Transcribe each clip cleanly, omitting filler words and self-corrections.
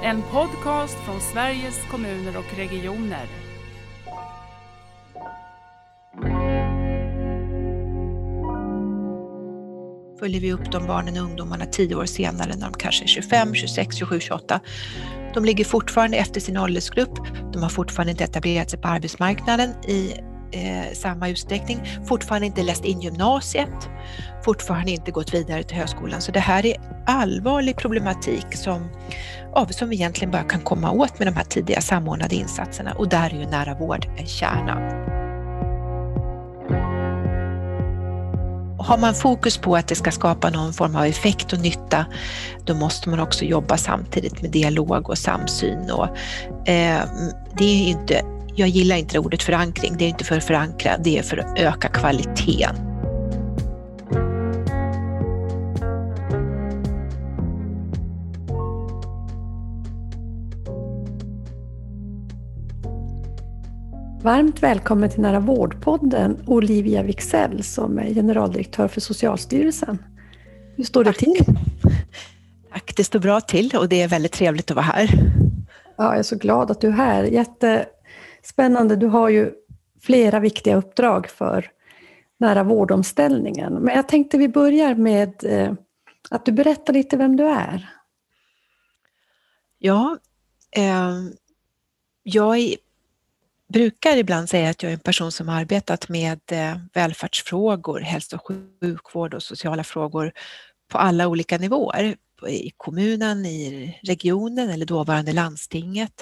En podcast från Sveriges kommuner och regioner. Följer vi upp de barnen och ungdomarna 10 år senare när de kanske är 25, 26, 27, 28. De ligger fortfarande efter sin åldersgrupp. De har fortfarande inte etablerat sig på arbetsmarknaden i samma utsträckning. Fortfarande inte läst in gymnasiet. Fortfarande inte gått vidare till högskolan. Så det här är allvarlig problematik som vi egentligen bara kan komma åt med de här tidiga samordnade insatserna. Och där är ju nära vård en kärna. Har man fokus på att det ska skapa någon form av effekt och nytta, då måste man också jobba samtidigt med dialog och samsyn. Och, det är inte, jag gillar inte ordet förankring, det är inte för att förankra, det är för att öka kvaliteten. Varmt välkommen till Nära vårdpodden, Olivia Wicksell som är generaldirektör för Socialstyrelsen. Hur står det till? Tack, det står bra till och det är väldigt trevligt att vara här. Ja, jag är så glad att du är här. Jättespännande. Du har ju flera viktiga uppdrag för nära vårdomställningen. Men jag tänkte vi börjar med att du berättar lite vem du är. Ja, jag brukar ibland säga att jag är en person som har arbetat med välfärdsfrågor, hälso- och sjukvård och sociala frågor på alla olika nivåer. I kommunen, i regionen eller dåvarande landstinget,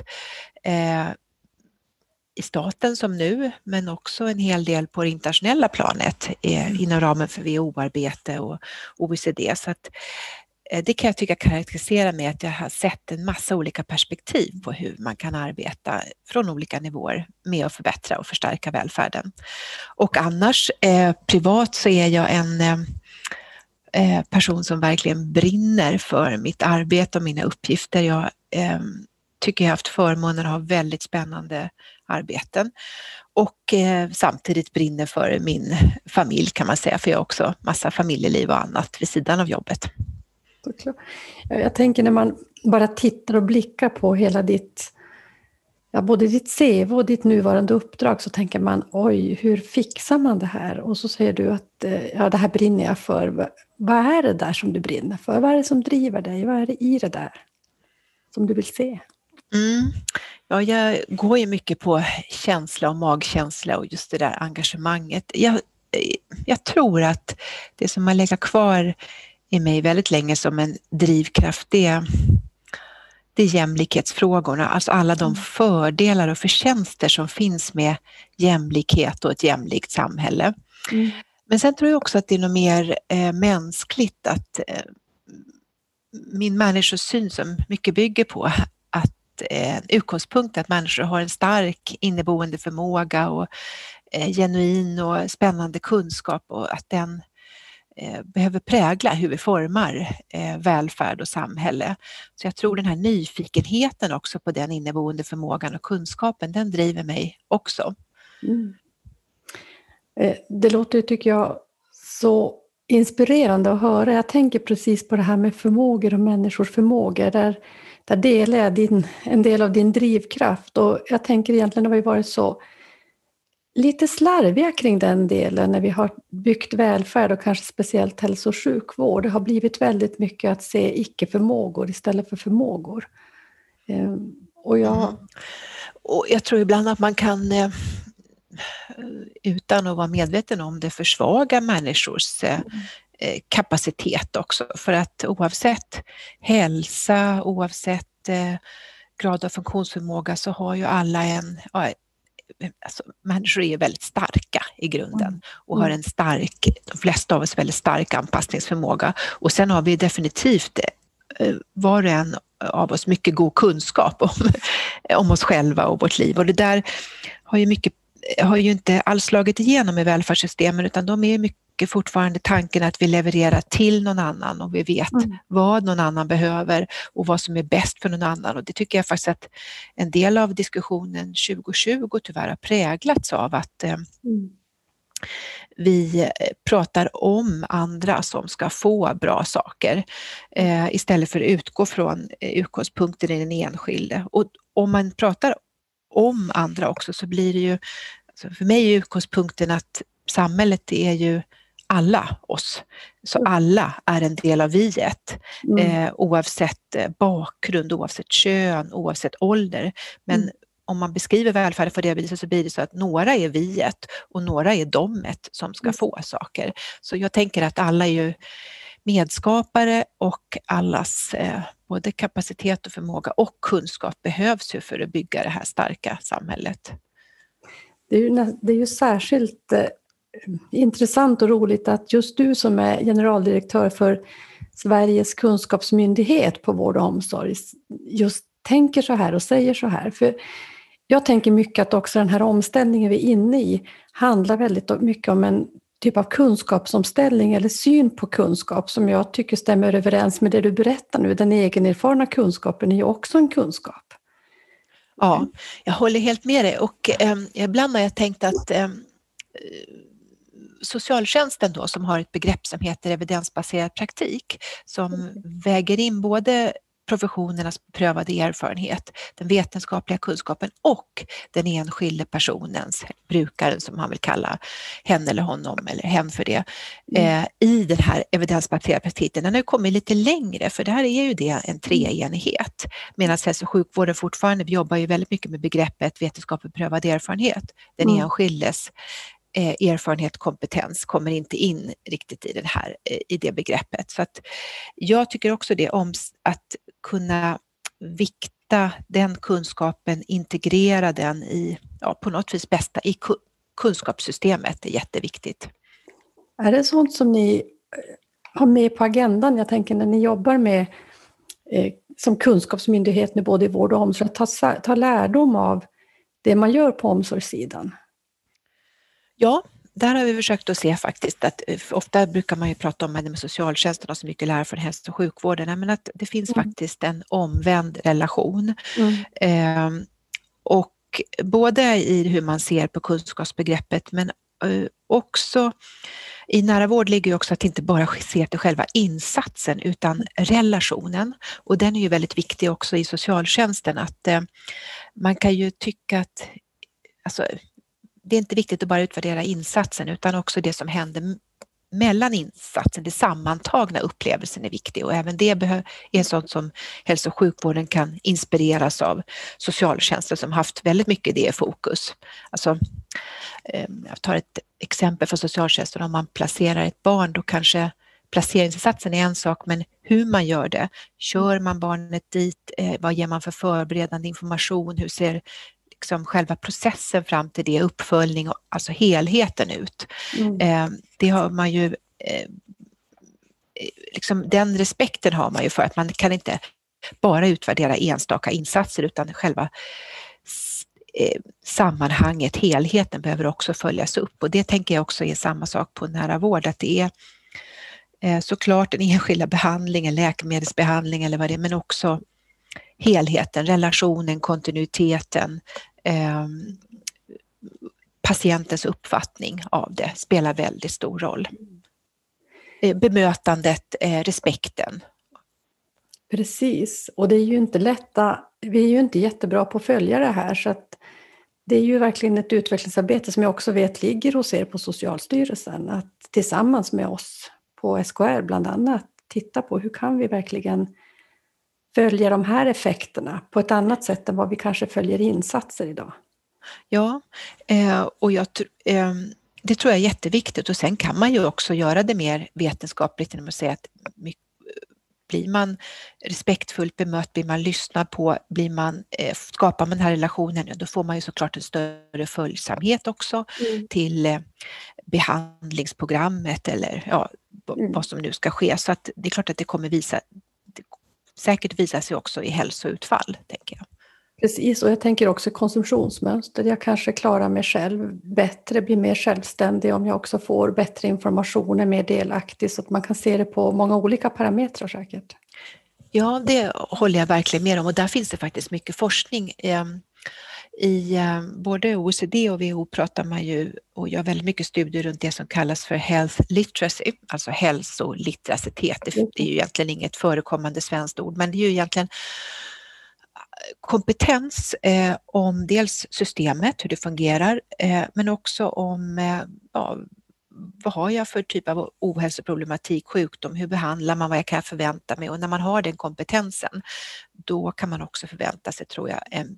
i staten som nu, men också en hel del på det internationella planet inom ramen för WHO-arbete och OECD. Så att det kan jag tycka karaktärisera med att jag har sett en massa olika perspektiv på hur man kan arbeta från olika nivåer med att förbättra och förstärka välfärden. Och annars privat så är jag en person som verkligen brinner för mitt arbete och mina uppgifter. Jag tycker jag har haft förmånen att ha väldigt spännande arbeten och samtidigt brinner för min familj kan man säga, för jag har också massa familjeliv och annat vid sidan av jobbet. Jag tänker när man bara tittar och blickar på hela både ditt CV och ditt nuvarande uppdrag, så tänker man, oj, hur fixar man det här? Och så säger du att det här brinner jag för. Vad är det där som du brinner för? Vad är det som driver dig? Vad är det i det där som du vill se? Ja, jag går ju mycket på känsla och magkänsla och just det där engagemanget. Jag tror att det som har legat kvar i mig väldigt länge som en drivkraft, det är jämlikhetsfrågorna. Alltså alla de fördelar och förtjänster som finns med jämlikhet och ett jämlikt samhälle. Men sen tror jag också att det är något mer mänskligt, att min människosyn som mycket bygger på att utgångspunkt är att människor har en stark inneboende förmåga och genuin och spännande kunskap, och att den behöver prägla hur vi formar välfärd och samhälle. Så jag tror den här nyfikenheten också på den inneboende förmågan och kunskapen, den driver mig också. Det låter, tycker jag, så inspirerande att höra. Jag tänker precis på det här med förmågor och människors förmågor. Där delar jag en del av din drivkraft. Och jag tänker egentligen har vi varit så lite slarviga kring den delen när vi har byggt välfärd och kanske speciellt hälso- och sjukvård. Det har blivit väldigt mycket att se icke-förmågor istället för förmågor. Och jag tror ibland att man kan, utan att vara medveten om det, försvaga människors kapacitet också. För att oavsett hälsa, oavsett grad av funktionsförmåga, så har ju alla människor är väldigt starka i grunden och har de flesta av oss väldigt stark anpassningsförmåga. Och sen har vi definitivt var och en av oss mycket god kunskap om oss själva och vårt liv. Och det där har ju inte alls slagit igenom i välfärdssystemen, utan de är mycket fortfarande tanken att vi levererar till någon annan och vi vet vad någon annan behöver och vad som är bäst för någon annan. Och det tycker jag faktiskt att en del av diskussionen 2020 tyvärr har präglats av, att vi pratar om andra som ska få bra saker istället för att utgå från utgångspunkter i den enskilde. Och om man pratar om andra också så blir det ju, alltså för mig är utgångspunkten att samhället är ju alla oss. Så alla är en del av viet, oavsett bakgrund, oavsett kön, oavsett ålder. Men om man beskriver välfärden på det viset så blir det så att några är viet och några är domet som ska få saker. Så jag tänker att alla är ju medskapare och allas både kapacitet och förmåga och kunskap behövs ju för att bygga det här starka samhället. Det är ju särskilt intressant och roligt att just du som är generaldirektör för Sveriges kunskapsmyndighet på vård och omsorg just tänker så här och säger så här. För jag tänker mycket att också den här omställningen vi är inne i handlar väldigt mycket om en typ av kunskapsomställning eller syn på kunskap som jag tycker stämmer överens med det du berättar nu. Den egenerfarna kunskapen är ju också en kunskap. Ja, jag håller helt med dig och ibland har jag tänkt att socialtjänsten då som har ett begrepp som heter evidensbaserad praktik som väger in både professionernas beprövade erfarenhet, den vetenskapliga kunskapen och den enskilde personens, brukaren som man vill kalla henne eller honom eller hen för det, i den här evidensbaserade praktiken. Den har kommit lite längre för det här är ju det en treenighet. Medan hälso- och sjukvården fortfarande jobbar ju väldigt mycket med begreppet vetenskapligt beprövad erfarenhet. Den enskildes erfarenhet, kompetens kommer inte in riktigt i det begreppet. Så att jag tycker också det om att kunna vikta den kunskapen, integrera den i på något vis bästa i kunskapssystemet är jätteviktigt. Är det sånt som ni har med på agendan? Jag tänker när ni jobbar med som kunskapsmyndighet med både vård och omsorg att ta lärdom av det man gör på omsorgssidan. Ja, där har vi försökt att se faktiskt att ofta brukar man ju prata om med socialtjänsten och så mycket lära från hälso- och sjukvården, men att det finns faktiskt en omvänd relation. Och både i hur man ser på kunskapsbegreppet men också i nära vård ligger ju också att inte bara se till själva insatsen utan relationen och den är ju väldigt viktig också i socialtjänsten att man kan ju tycka att alltså, det är inte viktigt att bara utvärdera insatsen utan också det som händer mellan insatsen, det sammantagna upplevelsen är viktig och även det är sånt som hälso- och sjukvården kan inspireras av socialtjänsten som haft väldigt mycket det i fokus. Alltså, jag tar ett exempel för socialtjänsten, om man placerar ett barn då kanske placeringsinsatsen är en sak men hur man gör det, kör man barnet dit, vad ger man för förberedande information, hur ser liksom själva processen fram till det, uppföljning och alltså helheten ut. Det har man ju liksom den respekten har man ju för att man kan inte bara utvärdera enstaka insatser utan själva sammanhanget, helheten behöver också följas upp och det tänker jag också är samma sak på nära vård att det är såklart en enskilda behandling, en läkemedelsbehandling eller vad det är men också helheten, relationen, kontinuiteten, patientens uppfattning av det spelar väldigt stor roll. Bemötandet, respekten. Precis, och det är ju inte vi är ju inte jättebra på att följa det här så att det är ju verkligen ett utvecklingsarbete som jag också vet ligger hos er på Socialstyrelsen att tillsammans med oss på SKR bland annat titta på hur kan vi verkligen följa de här effekterna på ett annat sätt än vad vi kanske följer insatser idag. Ja, och det tror jag är jätteviktigt och sen kan man ju också göra det mer vetenskapligt genom att säga att blir man respektfullt bemött, blir man lyssnad på, skapar man den här relationen, då får man ju såklart en större följsamhet också till behandlingsprogrammet eller vad som nu ska ske. Så att det är klart att det kommer säkert visa sig också i hälsoutfall, tänker jag. Precis, och jag tänker också konsumtionsmönster. Jag kanske klarar mig själv bättre, blir mer självständig om jag också får bättre information, är mer delaktig så att man kan se det på många olika parametrar säkert. Ja, det håller jag verkligen med om och där finns det faktiskt mycket forskning. I både OECD och WHO pratar man ju och gör väldigt mycket studier runt det som kallas för health literacy, alltså hälsolitteracitet. Det är ju egentligen inget förekommande svenskt ord, men det är ju egentligen kompetens om dels systemet, hur det fungerar, men också om vad har jag för typ av ohälsoproblematik, sjukdom, hur behandlar man, vad kan jag förvänta mig, och när man har den kompetensen då kan man också förvänta sig, tror jag, en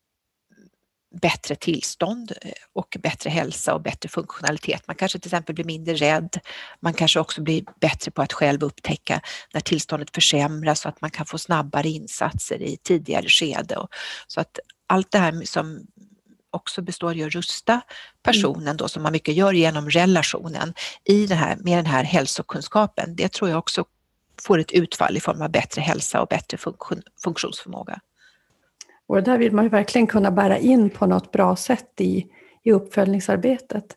bättre tillstånd och bättre hälsa och bättre funktionalitet. Man kanske till exempel blir mindre rädd. Man kanske också blir bättre på att själv upptäcka när tillståndet försämras så att man kan få snabbare insatser i tidigare skede. Så att allt det här som också består i att rusta personen då, som man mycket gör genom relationen i det här, med den här hälsokunskapen, det tror jag också får ett utfall i form av bättre hälsa och bättre funktionsförmåga. Och det där vill man ju verkligen kunna bära in på något bra sätt i uppföljningsarbetet.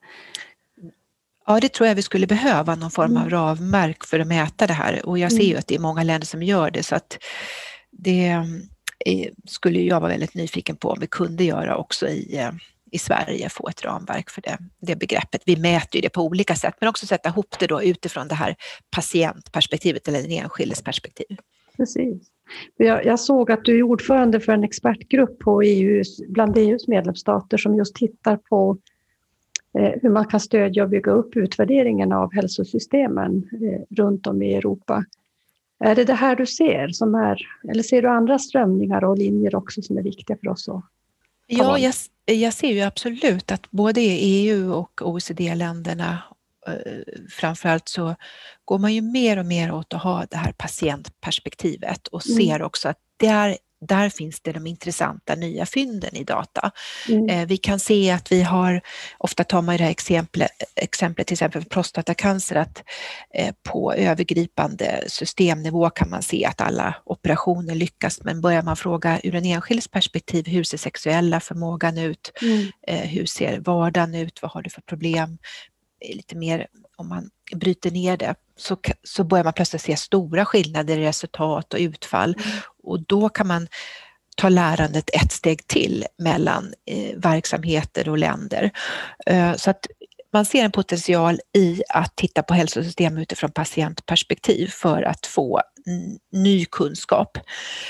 Ja, det tror jag vi skulle behöva, någon form av ramverk för att mäta det här. Och jag ser ju att det är många länder som gör det, så att det skulle jag vara väldigt nyfiken på om vi kunde göra också i Sverige, få ett ramverk för det begreppet. Vi mäter ju det på olika sätt, men också sätta ihop det då utifrån det här patientperspektivet eller den enskildes perspektiv. Precis. Jag såg att du är ordförande för en expertgrupp på bland EUs medlemsstater som just tittar på hur man kan stödja och bygga upp utvärderingen av hälsosystemen runt om i Europa. Är det här du ser eller ser du andra strömningar och linjer också som är viktiga för oss? Ja, jag ser ju absolut att både EU och OECD-länderna framförallt så går man ju mer och mer åt att ha det här patientperspektivet och ser också att där finns det de intressanta nya fynden i data. Vi kan se att vi har, ofta tar man ju det här exemplet till exempel för prostatacancer, att på övergripande systemnivå kan man se att alla operationer lyckas, men börjar man fråga ur en enskilds perspektiv, hur ser sexuella förmågan ut, hur ser vardagen ut, vad har du för problem, lite mer om man bryter ner det, så börjar man plötsligt se stora skillnader i resultat och utfall. Och då kan man ta lärandet ett steg till mellan verksamheter och länder. Så att man ser en potential i att titta på hälsosystem utifrån patientperspektiv för att få ny kunskap.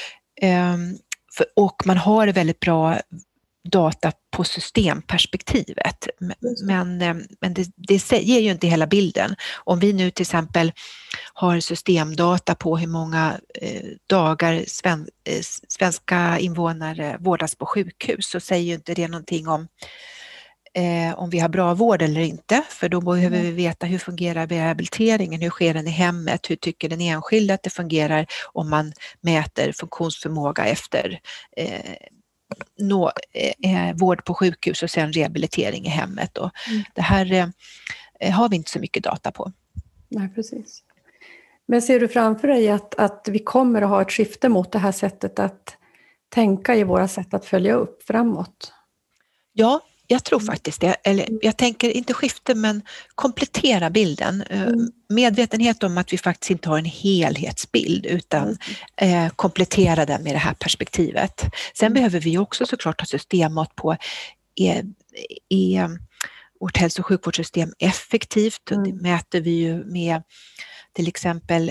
Och man har väldigt bra data på systemperspektivet, men det ger ju inte hela bilden. Om vi nu till exempel har systemdata på hur många dagar svenska invånare vårdas på sjukhus, så säger ju inte det någonting om vi har bra vård eller inte, för då behöver vi veta hur fungerar rehabiliteringen, hur sker den i hemmet, hur tycker den enskilde att det fungerar om man mäter funktionsförmåga efter vård på sjukhus och sen rehabilitering i hemmet. Och det här har vi inte så mycket data på. Nej, precis. Men ser du framför dig att vi kommer att ha ett skifte mot det här sättet att tänka i våra sätt att följa upp framåt? Ja, jag tror faktiskt det. Eller jag tänker inte skifte, men komplettera bilden. Medvetenhet om att vi faktiskt inte har en helhetsbild, utan komplettera den med det här perspektivet. Sen behöver vi också såklart ha systemmått på vårt hälso- och sjukvårdssystem effektivt. Det mäter vi ju med till exempel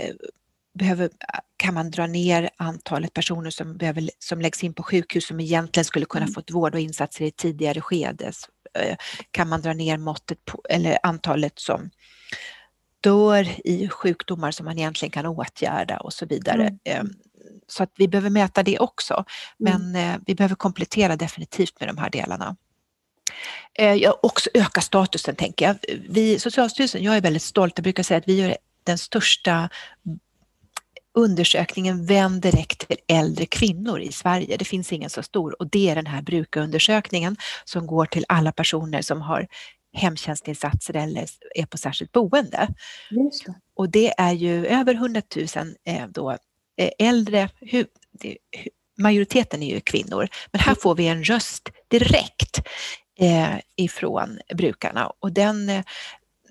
kan man dra ner antalet personer som läggs in på sjukhus som egentligen skulle kunna fått vård och insatser i ett tidigare skede. Kan man dra ner måttet på, eller antalet som dör i sjukdomar som man egentligen kan åtgärda och så vidare. Så att vi behöver mäta det också, men vi behöver komplettera definitivt med de här delarna. Också öka statusen, tänker jag. Socialstyrelsen, jag är väldigt stolt, jag brukar säga att vi gör den största undersökningen vänd direkt till äldre kvinnor i Sverige. Det finns ingen så stor, och det är den här brukarundersökningen som går till alla personer som har hemtjänstinsatser eller är på särskilt boende. Just det. Och det är ju över 100 000 äldre, majoriteten är ju kvinnor, men här får vi en röst direkt ifrån brukarna, och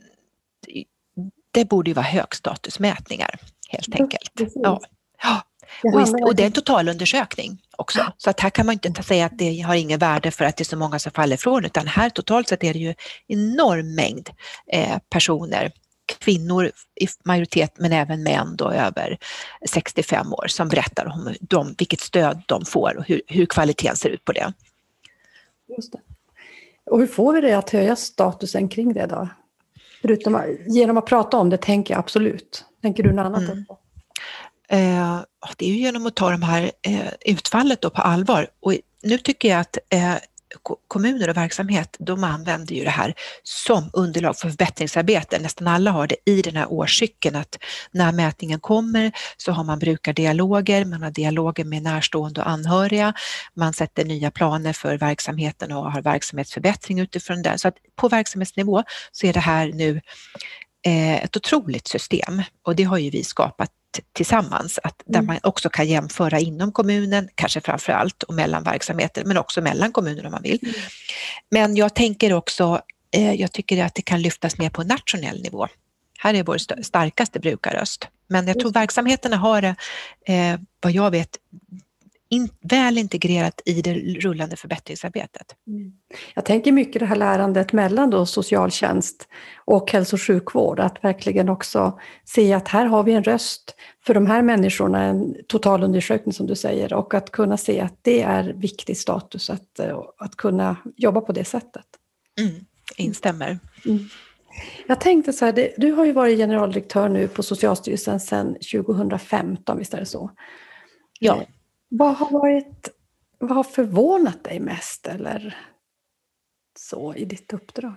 det borde ju vara högstatusmätningar helt enkelt. Ja. Och det är en totalundersökning också. Så att här kan man inte säga att det har ingen värde för att det är så många som faller ifrån, utan här totalt sett är det ju enorm mängd personer, kvinnor i majoritet men även män då över 65 år som berättar om vilket stöd de får och hur kvaliteten ser ut på det. Just det. Och hur får vi det att höja statusen kring det då? Förutom genom att prata om det, tänker jag absolut. Tänker du något annat också? Det är ju genom att ta de här utfallet då på allvar. Och nu tycker jag att kommuner och verksamhet, de använder ju det här som underlag för förbättringsarbete. Nästan alla har det i den här årscykeln, att när mätningen kommer så har man brukardialoger, man har dialoger med närstående och anhöriga, man sätter nya planer för verksamheten och har verksamhetsförbättring utifrån det. Så att på verksamhetsnivå så är det här nu ett otroligt system, och det har ju vi skapat tillsammans, där man också kan jämföra inom kommunen, kanske framför allt, och mellan verksamheter, men också mellan kommuner om man vill. Men jag tänker också, jag tycker att det kan lyftas mer på nationell nivå. Här är vår starkaste brukarröst. Men jag tror verksamheterna har det, vad jag vet, väl integrerat i det rullande förbättringsarbetet. Jag tänker mycket det här lärandet mellan då socialtjänst och hälso- och sjukvård, att verkligen också se att här har vi en röst för de här människorna, en totalundersökning som du säger, och att kunna se att det är viktig status att kunna jobba på det sättet. Instämmer. Jag tänkte så här, du har ju varit generaldirektör nu på Socialstyrelsen sedan 2015, visst är det så? Ja. Vad har förvånat dig mest eller så i ditt uppdrag?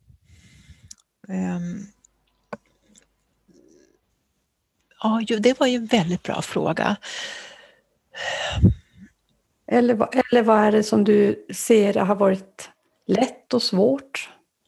Det var ju en väldigt bra fråga. Eller vad är det som du ser har varit lätt och svårt?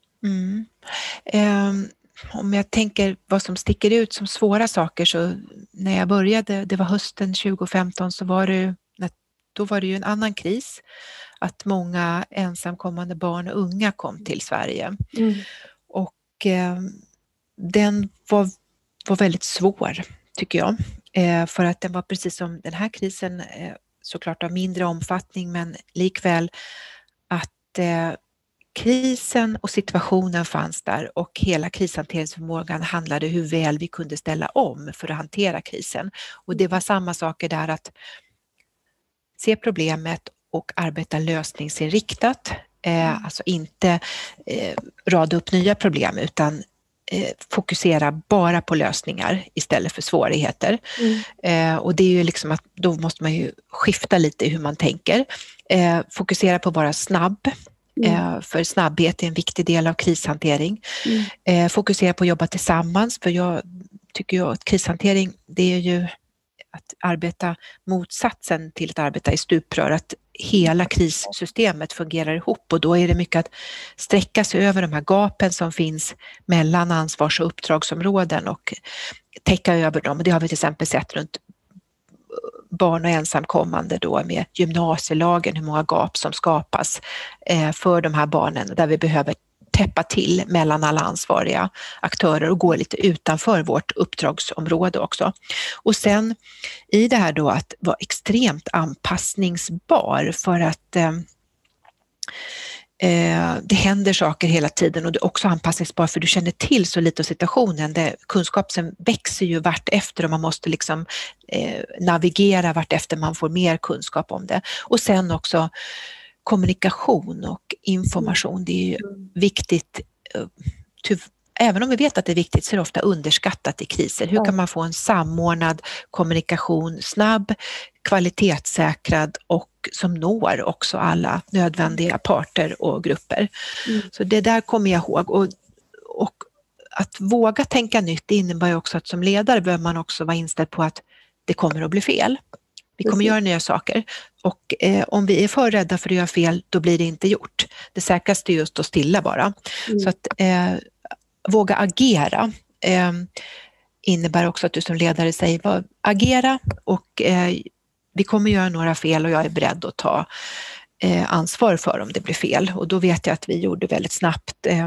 Om jag tänker vad som sticker ut som svåra saker, så när jag började, det var hösten 2015, så var det ju en annan kris. Att många ensamkommande barn och unga kom till Sverige. Och den var väldigt svår, tycker jag. För att den var precis som den här krisen, såklart av mindre omfattning, men likväl att krisen och situationen fanns där, och hela krishanteringsförmågan handlade hur väl vi kunde ställa om för att hantera krisen. Och det var samma saker där, att se problemet och arbeta lösningsinriktat. Alltså inte rada upp nya problem, utan fokusera bara på lösningar istället för svårigheter. Och det är ju liksom att då måste man ju skifta lite i hur man tänker. Fokusera på att vara snabb. För snabbhet är en viktig del av krishantering. Fokusera på att jobba tillsammans, för jag tycker ju att krishantering, det är ju att arbeta motsatsen till att arbeta i stuprör, att hela krissystemet fungerar ihop, och då är det mycket att sträcka sig över de här gapen som finns mellan ansvars- och uppdragsområden och täcka över dem. Och det har vi till exempel sett runt barn och ensamkommande då med gymnasielagen, hur många gap som skapas för de här barnen, där vi behöver täppa till mellan alla ansvariga aktörer och gå lite utanför vårt uppdragsområde också. Och sen i det här då att vara extremt anpassningsbar, för att det händer saker hela tiden, och du är också anpassningsbar för du känner till så lite av situationen. Kunskapen växer ju vart efter, och man måste liksom navigera vart efter man får mer kunskap om det. Och sen också kommunikation och information, det är ju viktigt. Även om vi vet att det är viktigt, så är det ofta underskattat i kriser. Hur kan man få en samordnad kommunikation, snabb, kvalitetssäkrad och som når också alla nödvändiga parter och grupper. Så det där kommer jag ihåg. Och att våga tänka nytt, det innebär också att som ledare behöver man också vara inställd på att det kommer att bli fel. Vi kommer göra nya saker, och om vi är för rädda för att göra fel, då blir det inte gjort. Det säkraste är just att stå stilla bara. Så att våga agera innebär också att du som ledare säger agera, och vi kommer göra några fel och jag är beredd att ta ansvar för om det blir fel. Och då vet jag att vi gjorde väldigt snabbt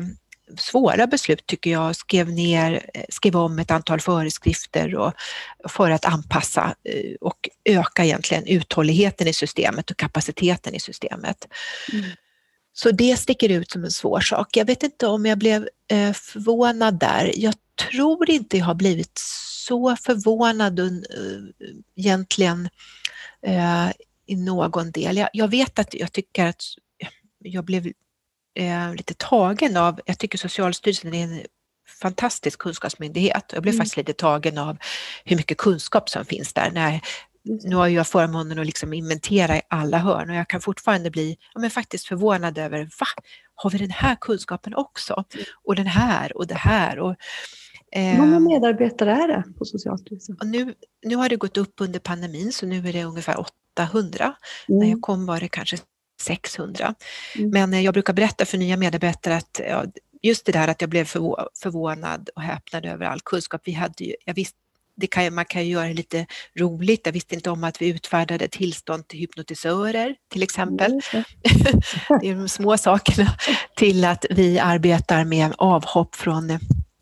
svåra beslut tycker jag, skrev om ett antal föreskrifter och för att anpassa och öka egentligen uthålligheten i systemet och kapaciteten i systemet. Så det sticker ut som en svår sak. Jag vet inte om jag blev förvånad där. Jag tror inte jag har blivit så förvånad egentligen i någon del. Jag vet att jag tycker att jag blev lite tagen av, jag tycker Socialstyrelsen är en fantastisk kunskapsmyndighet. Jag blev faktiskt lite tagen av hur mycket kunskap som finns där. Nu har jag förmånen att liksom inventera i alla hörn och jag kan fortfarande bli faktiskt förvånad över, har vi den här kunskapen också? Och den här och det här. Och, hur många medarbetare är det på Socialstyrelsen? Och nu har det gått upp under pandemin, så nu är det ungefär 800. När jag kom var det kanske 600. Men jag brukar berätta för nya medarbetare att just det där att jag blev förvånad och häpnad över all kunskap vi hade. Jag visste, man kan ju göra det lite roligt. Jag visste inte om att vi utfärdade tillstånd till hypnotisörer till exempel. Det är de små sakerna, till att vi arbetar med avhopp från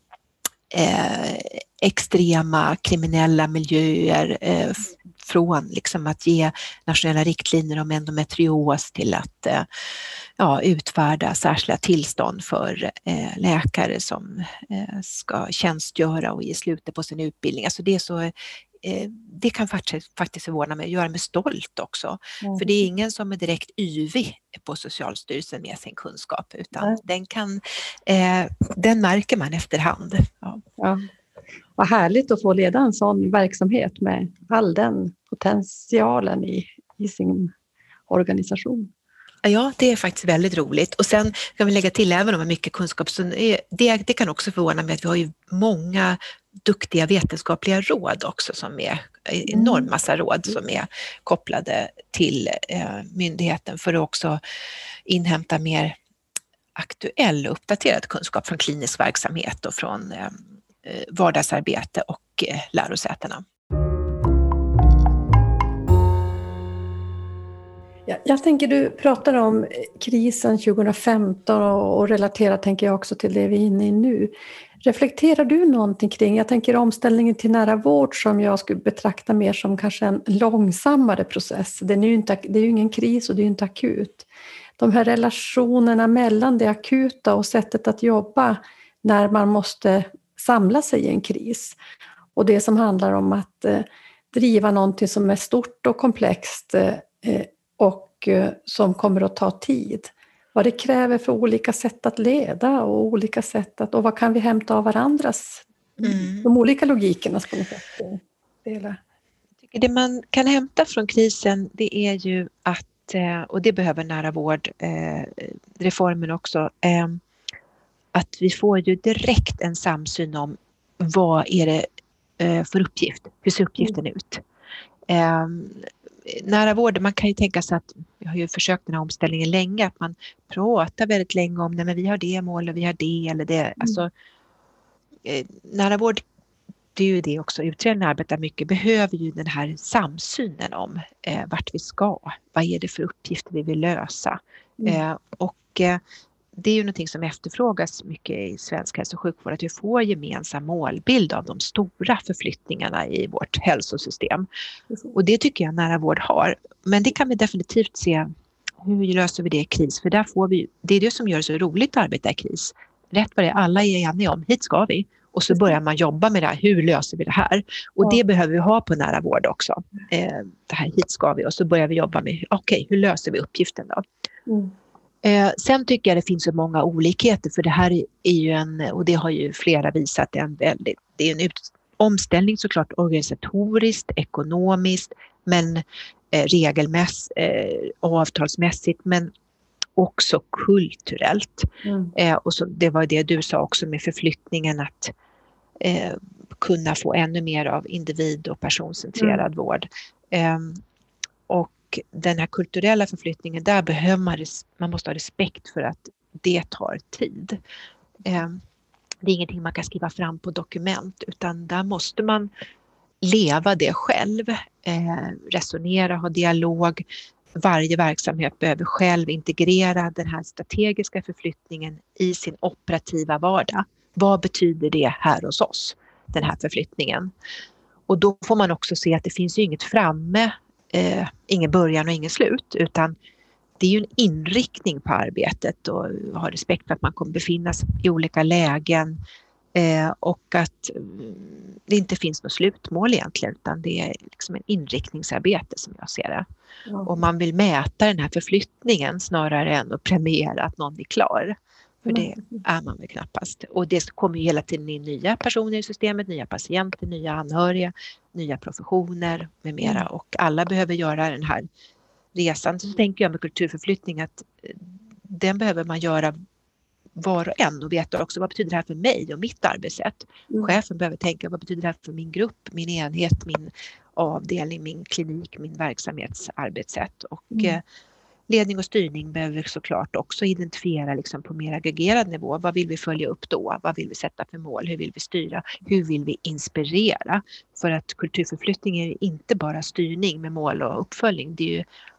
extrema kriminella miljöer, från liksom att ge nationella riktlinjer om endometrios till att utfärda särskilda tillstånd för läkare som ska tjänstgöra och i slutet på sin utbildning. Alltså det är så, det kan faktiskt förvåna mig, göra mig stolt också. För det är ingen som är direkt yvig på Socialstyrelsen med sin kunskap, utan den märker man efterhand. Ja. Vad härligt att få leda en sån verksamhet med all den potentialen i sin organisation. Ja, det är faktiskt väldigt roligt. Och sen kan vi lägga till, även om vi har mycket kunskap, så det kan också förvåna mig att vi har ju många duktiga vetenskapliga råd också, som är enorm massa råd som är kopplade till myndigheten för att också inhämta mer aktuell och uppdaterad kunskap från klinisk verksamhet och från vardagsarbete och lärosätena. Jag tänker, du pratar om krisen 2015 och relaterar, tänker jag, också till det vi är inne i nu. Reflekterar du någonting kring, jag tänker omställningen till nära vård som jag skulle betrakta mer som kanske en långsammare process. Det är ju ingen kris och det är ju inte akut. De här relationerna mellan det akuta och sättet att jobba när man måste samla sig i en kris. Och det som handlar om att driva någonting som är stort och komplext och som kommer att ta tid. Vad det kräver för olika sätt att leda och olika sätt och vad kan vi hämta av varandras, de olika logikerna på något sätt dela. Det man kan hämta från krisen, det är ju att, och det behöver nära vård reformen också, att vi får ju direkt en samsyn om vad är det för uppgift, hur ser uppgiften ut. Nära vård, man kan ju tänka sig att, jag har ju försökt den här omställningen länge, att man pratar väldigt länge om det, men vi har det mål och vi har det eller det. Alltså, nära vård, det är ju det också, utredningen arbetar mycket, behöver ju den här samsynen om vart vi ska, vad är det för uppgifter vi vill lösa. Det är ju någonting som efterfrågas mycket i svensk hälso- och sjukvård, att vi får gemensam målbild av de stora förflyttningarna i vårt hälsosystem. Och det tycker jag nära vård har. Men det kan vi definitivt se, hur löser vi det i kris? För där får vi, det är det som gör det så roligt att arbeta i kris. Rätt vad det är, alla är eniga om, hit ska vi. Och så börjar man jobba med det här, hur löser vi det här? Och det behöver vi ha på nära vård också. Det här, hit ska vi. Och så börjar vi jobba med, okej, hur löser vi uppgiften då? Sen tycker jag det finns så många olikheter, för det här är ju och det har ju flera visat, det är en omställning såklart organisatoriskt, ekonomiskt, men regelmässigt, avtalsmässigt, men också kulturellt. Och så, det var det du sa också med förflyttningen, att kunna få ännu mer av individ- och personcentrerad vård. Och den här kulturella förflyttningen, där behöver man måste ha respekt för att det tar tid. Det är ingenting man kan skriva fram på dokument, utan där måste man leva det själv, resonera, ha dialog, varje verksamhet behöver själv integrera den här strategiska förflyttningen i sin operativa vardag. Vad betyder det här hos oss, den här förflyttningen? Och då får man också se att det finns ju inget framme, ingen början och ingen slut, utan det är ju en inriktning på arbetet och ha respekt för att man kommer befinna sig i olika lägen och att det inte finns något slutmål egentligen, utan det är liksom en inriktningsarbete som jag ser det. Ja. Och man vill mäta den här förflyttningen snarare än att premiera att någon är klar. För det är man väl knappast. Och det kommer ju hela tiden in nya personer i systemet, nya patienter, nya anhöriga, nya professioner med mera. Och alla behöver göra den här resan. Så tänker jag med kulturförflyttning att den behöver man göra var och en och veta också vad betyder det här för mig och mitt arbetssätt. Chefen behöver tänka vad betyder det här för min grupp, min enhet, min avdelning, min klinik, min verksamhetsarbetssätt. Och ledning och styrning behöver såklart också identifiera liksom på mer aggregerad nivå. Vad vill vi följa upp då? Vad vill vi sätta för mål? Hur vill vi styra? Hur vill vi inspirera? För att kulturförflyttning är inte bara styrning med mål och uppföljning. Det är ju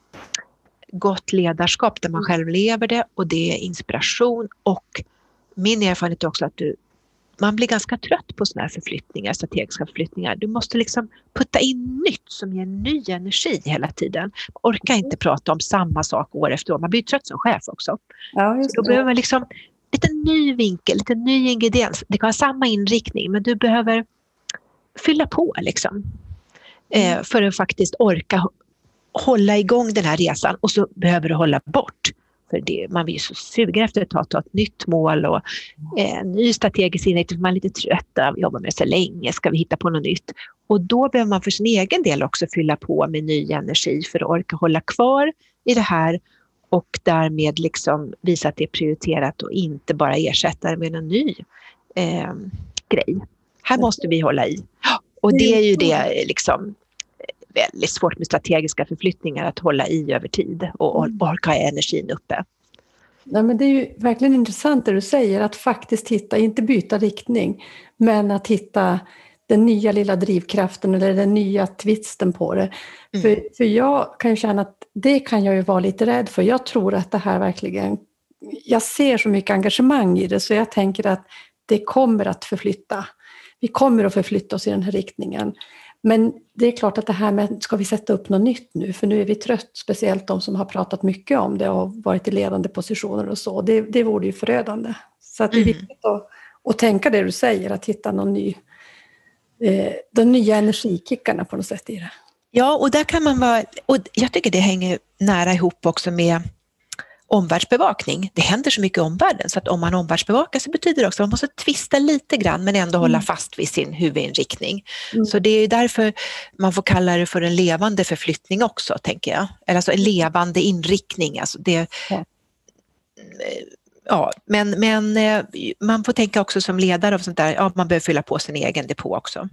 gott ledarskap där man själv lever det, och det är inspiration. Och min erfarenhet är också att man blir ganska trött på såna här förflyttningar, strategiska förflyttningar. Du måste liksom putta in nytt som ger ny energi hela tiden. Man orkar inte prata om samma sak år efter år. Man blir trött som chef också. Ja, just det. Så då behöver man liksom lite ny vinkel, lite ny ingrediens. Det kan ha samma inriktning, men du behöver fylla på liksom. För att faktiskt orka hålla igång den här resan, och så behöver du hålla bort. För det, man blir ju så sugen efter att ta ett nytt mål och en ny strategisk inriktning. Man är lite trött av att jobba med det så länge. Ska vi hitta på något nytt? Och då behöver man för sin egen del också fylla på med ny energi för att orka hålla kvar i det här och därmed liksom visa att det är prioriterat och inte bara ersätta det med en ny grej. Här måste vi hålla i. Och det är ju det liksom väldigt svårt med strategiska förflyttningar att hålla i över tid och orka ha energin uppe. Nej, men det är ju verkligen intressant det du säger, att faktiskt hitta, inte byta riktning, men att hitta den nya lilla drivkraften eller den nya twisten på det. För jag kan ju känna att det kan jag ju vara lite rädd för. Jag tror att det här verkligen, jag ser så mycket engagemang i det, så jag tänker att det kommer att förflytta. Vi kommer att förflytta oss i den här riktningen. Men det är klart att det här med, ska vi sätta upp något nytt nu? För nu är vi trött, speciellt de som har pratat mycket om det och varit i ledande positioner och så. Det vore ju förödande. Så att det är viktigt att tänka det du säger, att hitta någon ny, de nya energikickarna på något sätt i det. Ja, och där kan man vara, och jag tycker det hänger nära ihop också med omvärldsbevakning. Det händer så mycket i omvärlden, så att om man omvärldsbevakar så betyder det också att man måste twista lite grann men ändå hålla fast vid sin huvudinriktning. Så det är därför man får kalla det för en levande förflyttning också, tänker jag. Eller alltså en levande inriktning. Alltså det, men man får tänka också som ledare av sånt där, man behöver fylla på sin egen depå också.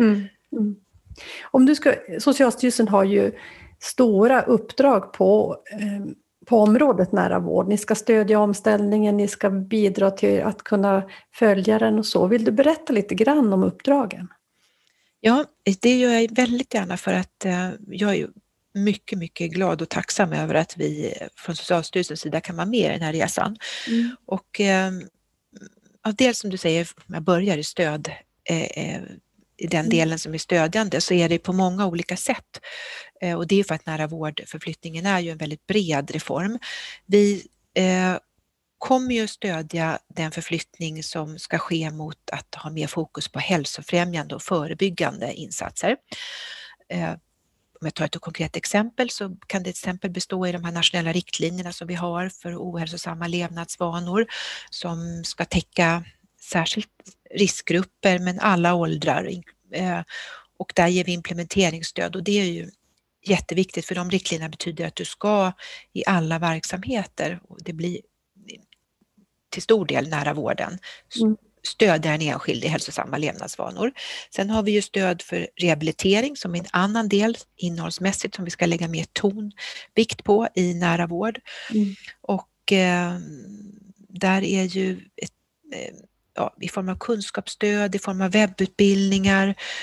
Om Socialstyrelsen har ju stora uppdrag på området nära vård. Ni ska stödja omställningen, ni ska bidra till att kunna följa den och så. Vill du berätta lite grann om uppdragen? Ja, det gör jag väldigt gärna, för att jag är ju mycket, mycket glad och tacksam över att vi från Socialstyrelsens sida kan vara med i den här resan. Och dels som du säger, jag börjar i stöd, i den delen som är stödjande, så är det på många olika sätt. Och det är för att nära vårdförflyttningen är ju en väldigt bred reform. Vi kommer ju stödja den förflyttning som ska ske mot att ha mer fokus på hälsofrämjande och förebyggande insatser. Om jag tar ett konkret exempel, så kan det till exempel bestå i de här nationella riktlinjerna som vi har för ohälsosamma levnadsvanor, som ska täcka särskilt riskgrupper men alla åldrar, och där ger vi implementeringsstöd, och det är ju jätteviktigt, för de riktlinjerna betyder att du ska i alla verksamheter, och det blir till stor del nära vården, stödja en enskild i hälsosamma levnadsvanor. Sen har vi ju stöd för rehabilitering som är en annan del innehållsmässigt som vi ska lägga mer tonvikt på i nära vård. Och där är ju i form av kunskapsstöd, i form av webbutbildningar,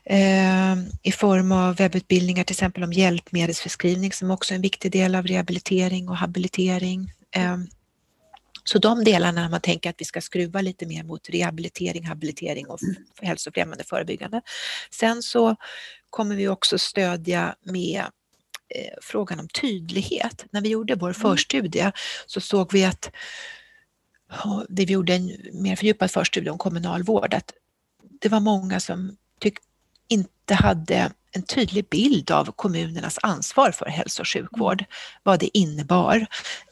i form av webbutbildningar till exempel om hjälpmedelsförskrivning som också är en viktig del av rehabilitering och habilitering. Så de delarna när man tänker att vi ska skruva lite mer mot rehabilitering, habilitering och hälsofrämjande förebyggande. Sen så kommer vi också stödja med frågan om tydlighet. När vi gjorde vår förstudie så såg vi att vi gjorde en mer fördjupad förstudie om kommunalvård, att det var många som inte hade en tydlig bild av kommunernas ansvar för hälso- och sjukvård, vad det innebar.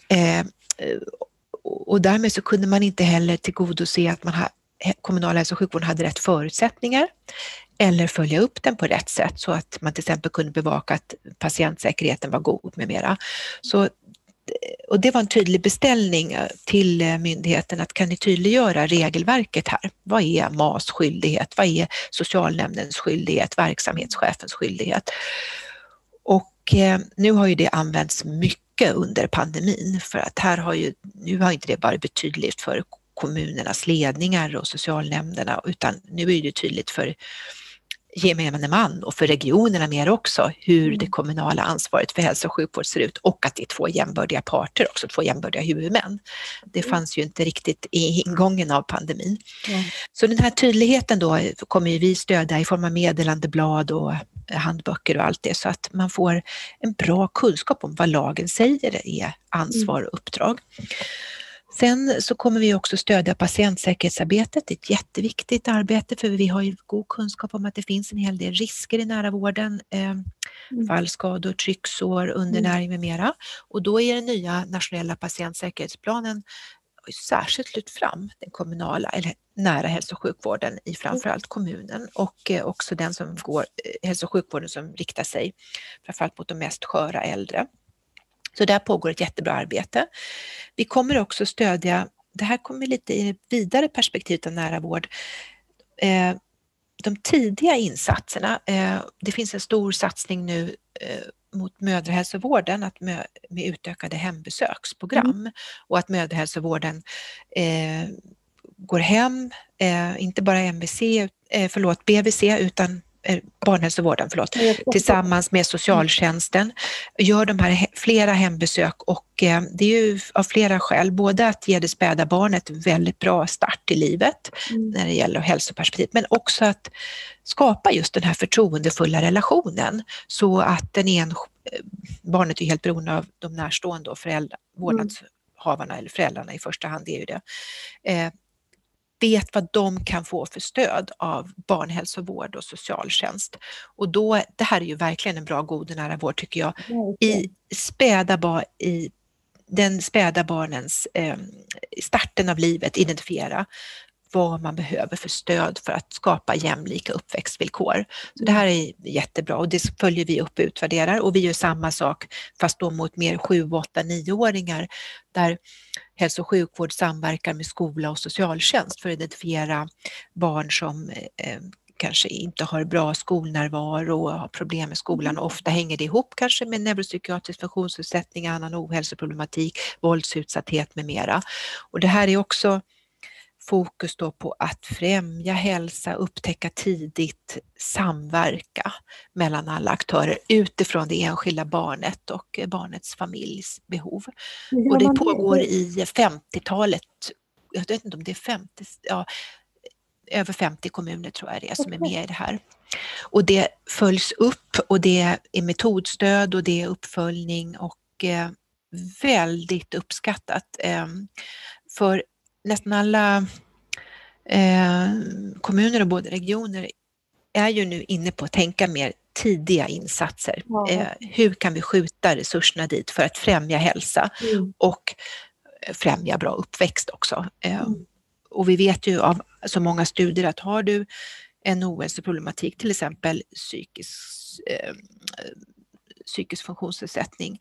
Och därmed så kunde man inte heller tillgodose att kommunala hälso- och sjukvården hade rätt förutsättningar eller följa upp den på rätt sätt så att man till exempel kunde bevaka att patientsäkerheten var god med mera. Och det var en tydlig beställning till myndigheten att kan ni tydliggöra regelverket här? Vad är MAS skyldighet? Vad är socialnämndens skyldighet? Verksamhetschefens skyldighet? Och nu har ju det använts mycket under pandemin för att nu har inte det bara betydligt för kommunernas ledningar och socialnämnderna utan nu är det tydligt för gemene man och för regionerna mer också hur det kommunala ansvaret för hälso- och sjukvård ser ut och att det är två jämbördiga parter också, två jämbördiga huvudmän. Det fanns ju inte riktigt i ingången av pandemin. Så den här tydligheten då kommer vi stödja i form av meddelandeblad och handböcker och allt det så att man får en bra kunskap om vad lagen säger är ansvar och uppdrag. Sen så kommer vi också stödja patientsäkerhetsarbetet. Det är ett jätteviktigt arbete för vi har ju god kunskap om att det finns en hel del risker i nära vården. Fallskador, trycksår, undernäring med mera. Och då är den nya nationella patientsäkerhetsplanen särskilt lyft fram den kommunala eller nära hälso- och sjukvården i framförallt kommunen och också den som går hälso- och sjukvården som riktar sig framförallt mot de mest sköra äldre. Så där pågår ett jättebra arbete. Vi kommer också stödja, det här kommer lite i det vidare perspektivet av nära vård, de tidiga insatserna. Det finns en stor satsning nu mot mödrahälsovården att med utökade hembesöksprogram och att mödrahälsovården går hem, inte bara BVC utan barnhälsovården, tillsammans med socialtjänsten gör de här flera hembesök och det är ju av flera skäl, både att ge det späda barnet en väldigt bra start i livet när det gäller hälsoperspektiv, men också att skapa just den här förtroendefulla relationen så att barnet är helt beroende av de närstående och vårdnadshavarna eller föräldrarna i första hand är ju det. Vet vad de kan få för stöd av barnhälsovård och socialtjänst. Och då, det här är ju verkligen en bra god och nära vård tycker jag. I den späda barnens starten av livet identifiera vad man behöver för stöd för att skapa jämlika uppväxtvillkor. Så det här är jättebra och det följer vi upp och utvärderar och vi gör samma sak fast då mot mer 7, 8, 9-åringar där hälso- och sjukvård samverkar med skola och socialtjänst för att identifiera barn som kanske inte har bra skolnärvaro och har problem med skolan. Ofta hänger det ihop kanske med neuropsykiatrisk funktionsnedsättning, annan ohälsoproblematik, våldsutsatthet med mera. Och det här är också fokus då på att främja hälsa, upptäcka tidigt, samverka mellan alla aktörer utifrån det enskilda barnet och barnets familjs behov. Och det pågår i 50-talet, jag vet inte om det är över 50 kommuner tror jag det är som är med i det här. Och det följs upp och det är metodstöd och det är uppföljning och väldigt uppskattat. För nästan alla kommuner och både regioner är ju nu inne på att tänka mer tidiga insatser. Hur kan vi skjuta resurserna dit för att främja hälsa och främja bra uppväxt också. Och vi vet ju av så många studier att har du en ohälsoproblematik, till exempel psykisk funktionsnedsättning,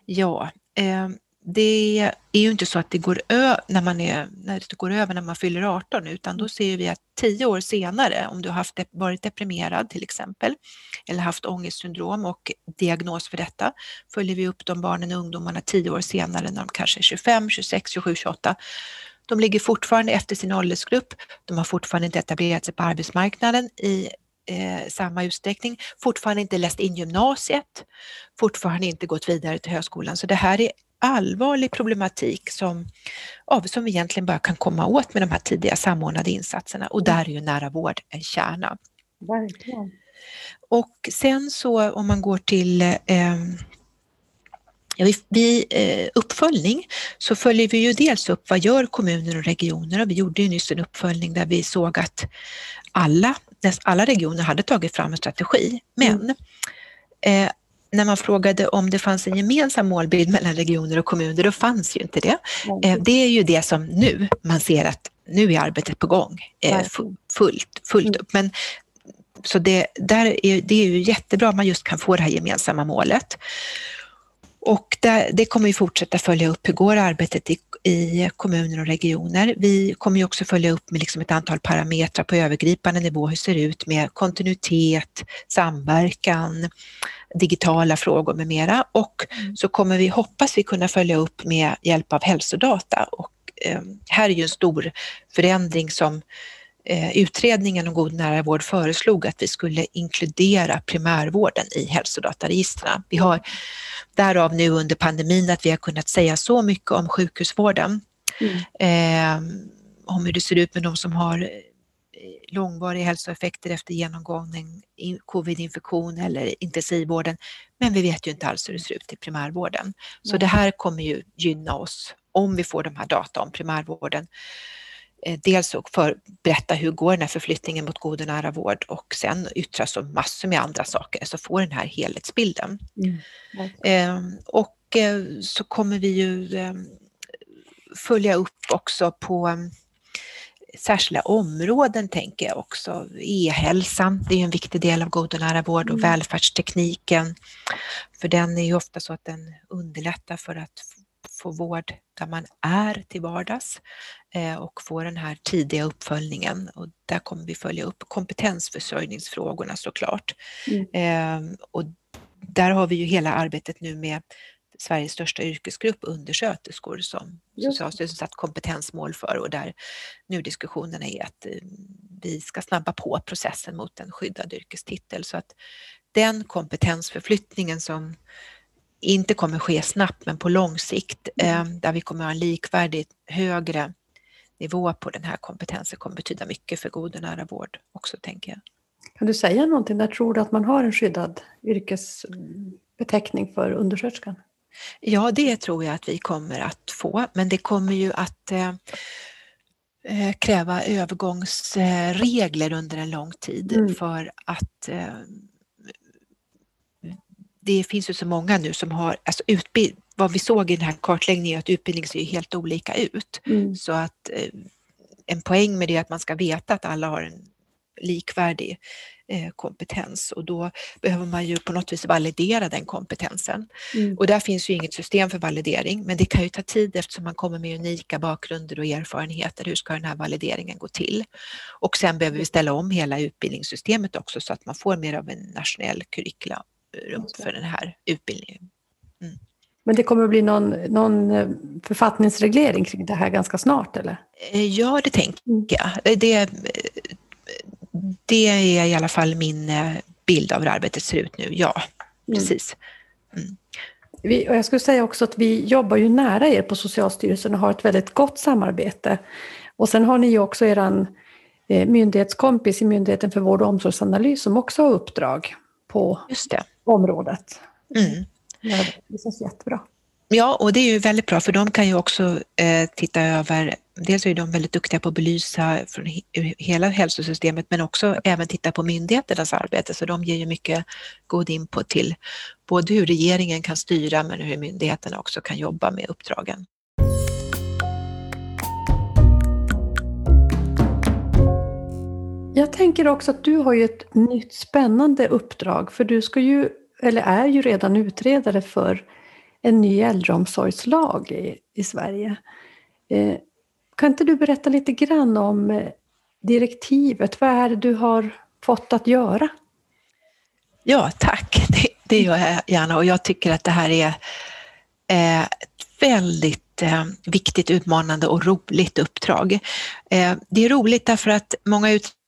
det är ju inte så att det går över när man fyller 18 utan då ser vi att 10 år senare om du har varit deprimerad till exempel eller haft ångestsyndrom och diagnos för detta följer vi upp de barnen och ungdomarna 10 år senare när de kanske är 25, 26, 27, 28. De ligger fortfarande efter sin åldersgrupp, de har fortfarande inte etablerat sig på arbetsmarknaden i samma utsträckning, fortfarande inte läst in gymnasiet, fortfarande inte gått vidare till högskolan. Så det här är allvarlig problematik som vi egentligen bara kan komma åt med de här tidiga samordnade insatserna, och där är ju nära vård en kärna. Verkligen. Och sen så om man går till uppföljning, så följer vi ju dels upp vad gör kommuner och regioner, och vi gjorde ju nyss en uppföljning där vi såg att alla regioner hade tagit fram en strategi, men när man frågade om det fanns en gemensam målbild mellan regioner och kommuner, då fanns ju inte det. Det är ju det som nu man ser att nu är arbetet på gång, fullt upp. Men så det är ju jättebra att man just kan få det här gemensamma målet. Och det kommer vi fortsätta följa upp. Hur går arbetet i kommuner och regioner? Vi kommer ju också följa upp med liksom ett antal parametrar på övergripande nivå. Hur ser det ut med kontinuitet, samverkan, digitala frågor med mera. Och så kommer vi, hoppas vi, kunna följa upp med hjälp av hälsodata. Och här är ju en stor förändring som utredningen om god nära vård föreslog, att vi skulle inkludera primärvården i hälsodataregistren. Vi har därav nu under pandemin att vi har kunnat säga så mycket om sjukhusvården, om hur det ser ut med de som har långvariga hälsoeffekter efter genomgången covid-infektion eller intensivvården, men vi vet ju inte alls hur det ser ut i primärvården. Så det här kommer ju gynna oss om vi får de här data om primärvården. Dels för att berätta hur går den här förflyttningen mot god och nära vård, och sen yttras om massor med andra saker, så får den här helhetsbilden. Och så kommer vi ju följa upp också på särskilda områden, tänker jag också. E-hälsan, det är en viktig del av god och nära vård, och välfärdstekniken, för den är ju ofta så att den underlättar för att få vård där man är till vardags och få den här tidiga uppföljningen, och där kommer vi följa upp kompetensförsörjningsfrågorna såklart. Och där har vi ju hela arbetet nu med Sveriges största yrkesgrupp undersköterskor som Socialstyrelsen satt kompetensmål för, och där nu diskussionen är att vi ska snabba på processen mot en skyddad yrkestitel, så att den kompetensförflyttningen som inte kommer ske snabbt men på lång sikt, där vi kommer ha en likvärdig högre nivå på den här kompetensen, kommer betyda mycket för god och nära vård också, tänker jag. Kan du säga någonting? Där tror du att man har en skyddad yrkesbeteckning för undersköterskan? Ja, det tror jag att vi kommer att få, men det kommer ju att kräva övergångsregler under en lång tid, för att det finns ju så många nu som har, alltså vad vi såg i den här kartläggningen är att utbildning ser ju helt olika ut. Så att en poäng med det är att man ska veta att alla har en likvärdig kompetens, och då behöver man ju på något vis validera den kompetensen. Och där finns ju inget system för validering, men det kan ju ta tid eftersom man kommer med unika bakgrunder och erfarenheter. Hur ska den här valideringen gå till? Och sen behöver vi ställa om hela utbildningssystemet också, så att man får mer av en nationell curriculum för den här utbildningen. Men det kommer att bli någon författningsreglering kring det här ganska snart, eller? Ja, det tänker jag. Det är i alla fall min bild av hur arbetet ser ut nu. Ja, precis. Och jag skulle säga också att vi jobbar ju nära er på Socialstyrelsen och har ett väldigt gott samarbete. Och sen har ni ju också eran myndighetskompis i Myndigheten för vård- och omsorgsanalys som också har uppdrag på området. Ja, det känns jättebra. Ja, och det är ju väldigt bra, för de kan ju också titta över, dels är de väldigt duktiga på att belysa från hela hälsosystemet, men också även titta på myndigheternas arbete, så de ger ju mycket god input till både hur regeringen kan styra, men hur myndigheterna också kan jobba med uppdragen. Jag tänker också att du har ju ett nytt spännande uppdrag, för du ska ju, eller är ju redan utredare för en ny äldreomsorgslag i Sverige. Kan inte du berätta lite grann om direktivet? Vad är det du har fått att göra? Ja, tack. Det gör jag gärna, och jag tycker att det här är ett väldigt viktigt, utmanande och roligt uppdrag. Det är roligt därför att många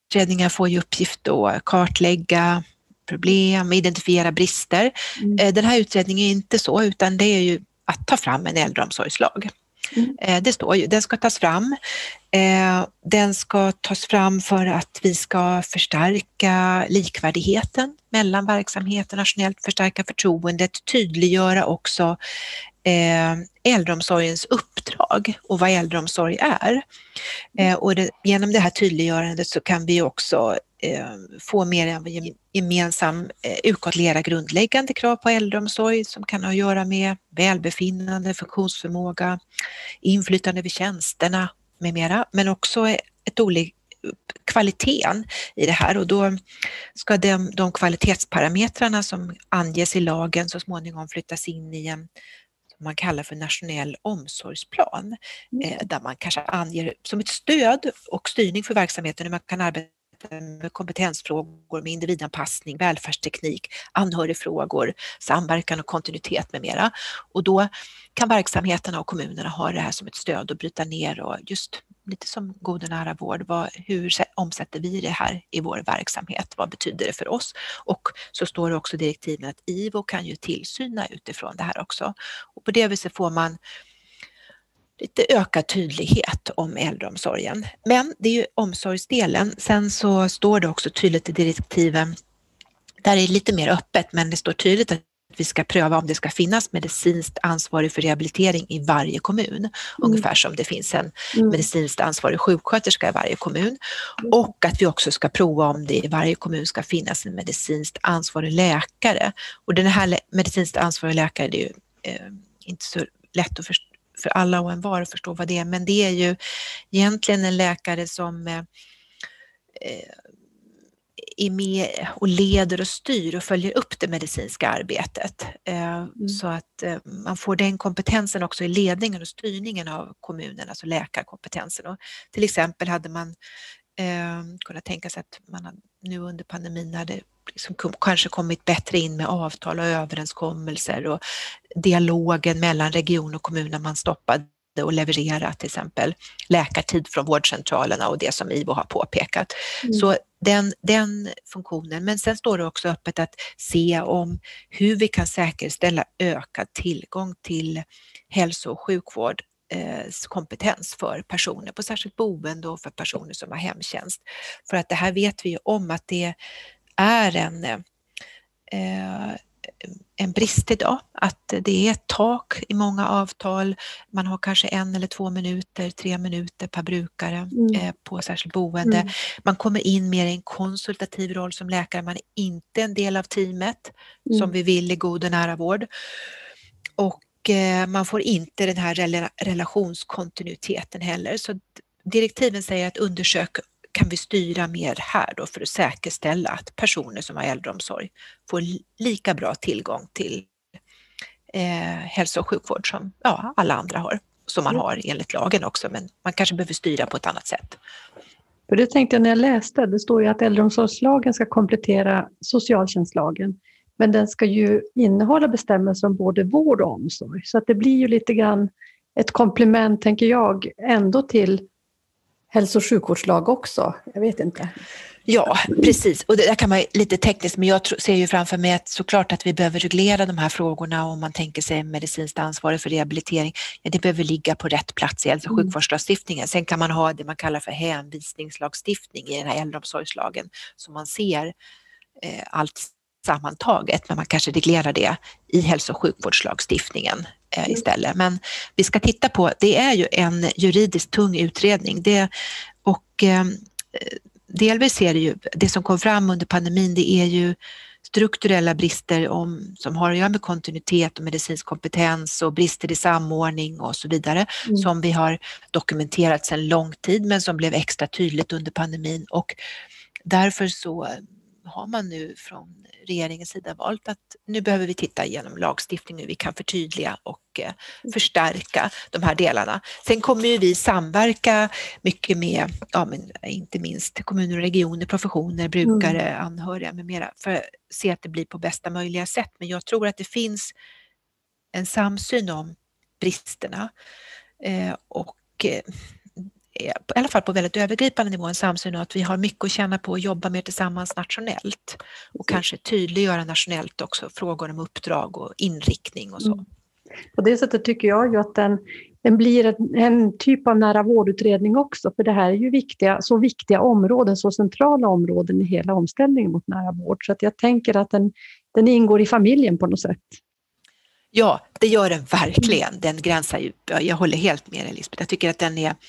utredningar får ju uppgift att kartlägga problem, identifiera brister. Den här utredningen är inte så, utan det är ju att ta fram en äldreomsorgslag. Det står ju, den ska tas fram. Den ska tas fram för att vi ska förstärka likvärdigheten mellan verksamheter nationellt, förstärka förtroendet, tydliggöra också äldreomsorgens uppdrag och vad äldreomsorg är. Och genom det här tydliggörandet så kan vi också få mer av en gemensam utgånglera grundläggande krav på äldreomsorg som kan ha att göra med välbefinnande, funktionsförmåga, inflytande vid tjänsterna med mera, men också kvaliteten i det här, och då ska de kvalitetsparametrarna som anges i lagen så småningom flyttas in i en som man kallar för nationell omsorgsplan, där man kanske anger som ett stöd och styrning för verksamheten hur man kan arbeta med kompetensfrågor, med individanpassning, välfärdsteknik, anhörigfrågor, samverkan och kontinuitet med mera. Och då kan verksamheterna och kommunerna ha det här som ett stöd och bryta ner, och just lite som god och nära vård, hur omsätter vi det här i vår verksamhet? Vad betyder det för oss? Och så står det också i direktiven att IVO kan ju tillsyna utifrån det här också. Och på det viset får man lite ökad tydlighet om äldreomsorgen. Men det är ju omsorgsdelen. Sen så står det också tydligt i direktiven, där är det lite mer öppet, men det står tydligt att vi ska pröva om det ska finnas medicinskt ansvarig för rehabilitering i varje kommun. Ungefär som det finns en medicinskt ansvarig sjuksköterska i varje kommun. Och att vi också ska prova om det i varje kommun ska finnas en medicinskt ansvarig läkare. Och den här medicinskt ansvarig läkare, det är ju inte så lätt att för alla och en var att förstå vad det är. Men det är ju egentligen en läkare som är med och leder och styr och följer upp det medicinska arbetet. Så att man får den kompetensen också i ledningen och styrningen av kommunen, alltså läkarkompetensen. Och till exempel hade man kunnat tänka sig att man nu under pandemin hade liksom kanske kommit bättre in med avtal och överenskommelser och dialogen mellan region och kommun när man stoppade och leverera till exempel läkartid från vårdcentralerna och det som IVO har påpekat. Så den funktionen, men sen står det också öppet att se om hur vi kan säkerställa ökad tillgång till hälso- och sjukvård kompetens för personer på särskilt boende och för personer som har hemtjänst. För att det här vet vi ju om att det är en brist idag, att det är ett tak i många avtal. Man har kanske 1 eller 2 minuter, 3 minuter per brukare på särskilt boende. Man kommer in mer i en konsultativ roll som läkare, man är inte en del av teamet som vi vill i god och nära vård. Och man får inte den här relationskontinuiteten heller. Så direktiven säger att kan vi styra mer här då för att säkerställa att personer som har äldreomsorg får lika bra tillgång till hälso- och sjukvård som alla andra har, som man har enligt lagen också, men man kanske behöver styra på ett annat sätt. För det tänkte jag när jag läste, det står ju att äldreomsorgslagen ska komplettera socialtjänstlagen, men den ska ju innehålla bestämmelser om både vård och omsorg, så att det blir ju lite grann ett komplement, tänker jag, ändå till hälso- och sjukvårdslag också, jag vet inte. Ja, precis. Och det där kan man lite tekniskt, men jag ser ju framför mig att såklart att vi behöver reglera de här frågorna om man tänker sig medicinskt ansvarig för rehabilitering. Ja, det behöver ligga på rätt plats i hälso- och sjukvårdslagstiftningen. Sen kan man ha det man kallar för hänvisningslagstiftning i den här äldreomsorgslagen, så man ser allt sammantaget, men man kanske reglerar det i hälso- och sjukvårdslagstiftningen istället. Men vi ska titta på, det är ju en juridiskt tung utredning. Delvis är det ju, det som kom fram under pandemin, det är ju strukturella brister som har att göra med kontinuitet och medicinsk kompetens och brister i samordning och så vidare, som vi har dokumenterat sedan lång tid, men som blev extra tydligt under pandemin, och därför så har man nu från regeringens sida valt att nu behöver vi titta igenom lagstiftningen, vi kan förtydliga och förstärka de här delarna. Sen kommer ju vi samverka mycket med, men inte minst kommuner och regioner, professioner, brukare, anhöriga med mera, för att se att det blir på bästa möjliga sätt. Men jag tror att det finns en samsyn om bristerna och i alla fall på väldigt övergripande nivå en samsyn och att vi har mycket att känna på att jobba mer tillsammans nationellt och kanske tydliggöra nationellt också frågor om uppdrag och inriktning och så. På det sättet tycker jag ju att den blir en typ av nära vårdutredning också, för det här är ju viktiga områden, så centrala områden i hela omställningen mot nära vård. Så att jag tänker att den ingår i familjen på något sätt. Ja, det gör den verkligen. Den gränsar ju, jag håller helt med Elisabeth. Jag tycker att den är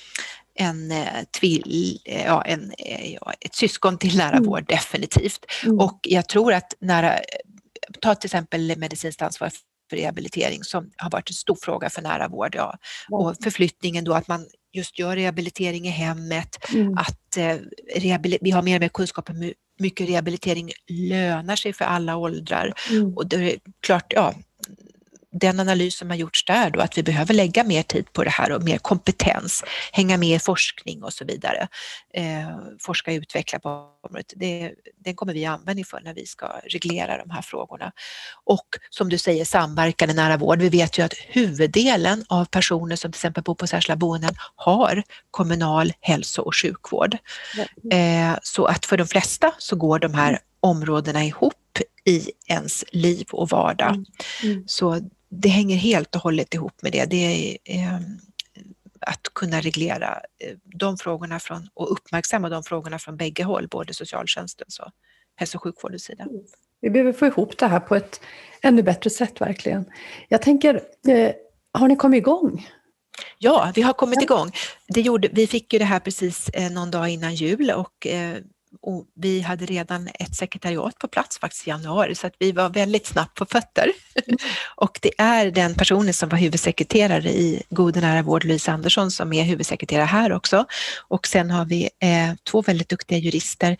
ett syskon till nära vård, definitivt. Och jag tror att ta till exempel medicinskt ansvar för rehabilitering som har varit en stor fråga för nära vård. Ja. Och förflyttningen då, att man just gör rehabilitering i hemmet, att vi har mer och mer kunskap om hur mycket rehabilitering lönar sig för alla åldrar. Och det är klart, den analys som har gjorts där då, att vi behöver lägga mer tid på det här och mer kompetens, hänga med i forskning och så vidare. Forska och utveckla på området. Den kommer vi använda för när vi ska reglera de här frågorna. Och som du säger, samverkan i nära vård. Vi vet ju att huvuddelen av personer som till exempel bor på särskilda boenden har kommunal hälso- och sjukvård. Så att för de flesta så går de här områdena ihop i ens liv och vardag. Så det hänger helt och hållet ihop med det. Det är att kunna reglera de frågorna och uppmärksamma de frågorna från bägge håll, både socialtjänstens och hälso- och sjukvårdens sida. Vi behöver få ihop det här på ett ännu bättre sätt verkligen. Jag tänker, har ni kommit igång? Ja, vi har kommit igång. Vi fick ju det här precis någon dag innan jul och vi hade redan ett sekretariat på plats faktiskt i januari, så att vi var väldigt snabbt på fötter. Och det är den personen som var huvudsekreterare i God och nära vård, Louise Andersson, som är huvudsekreterare här också. Och sen har vi 2 väldigt duktiga jurister,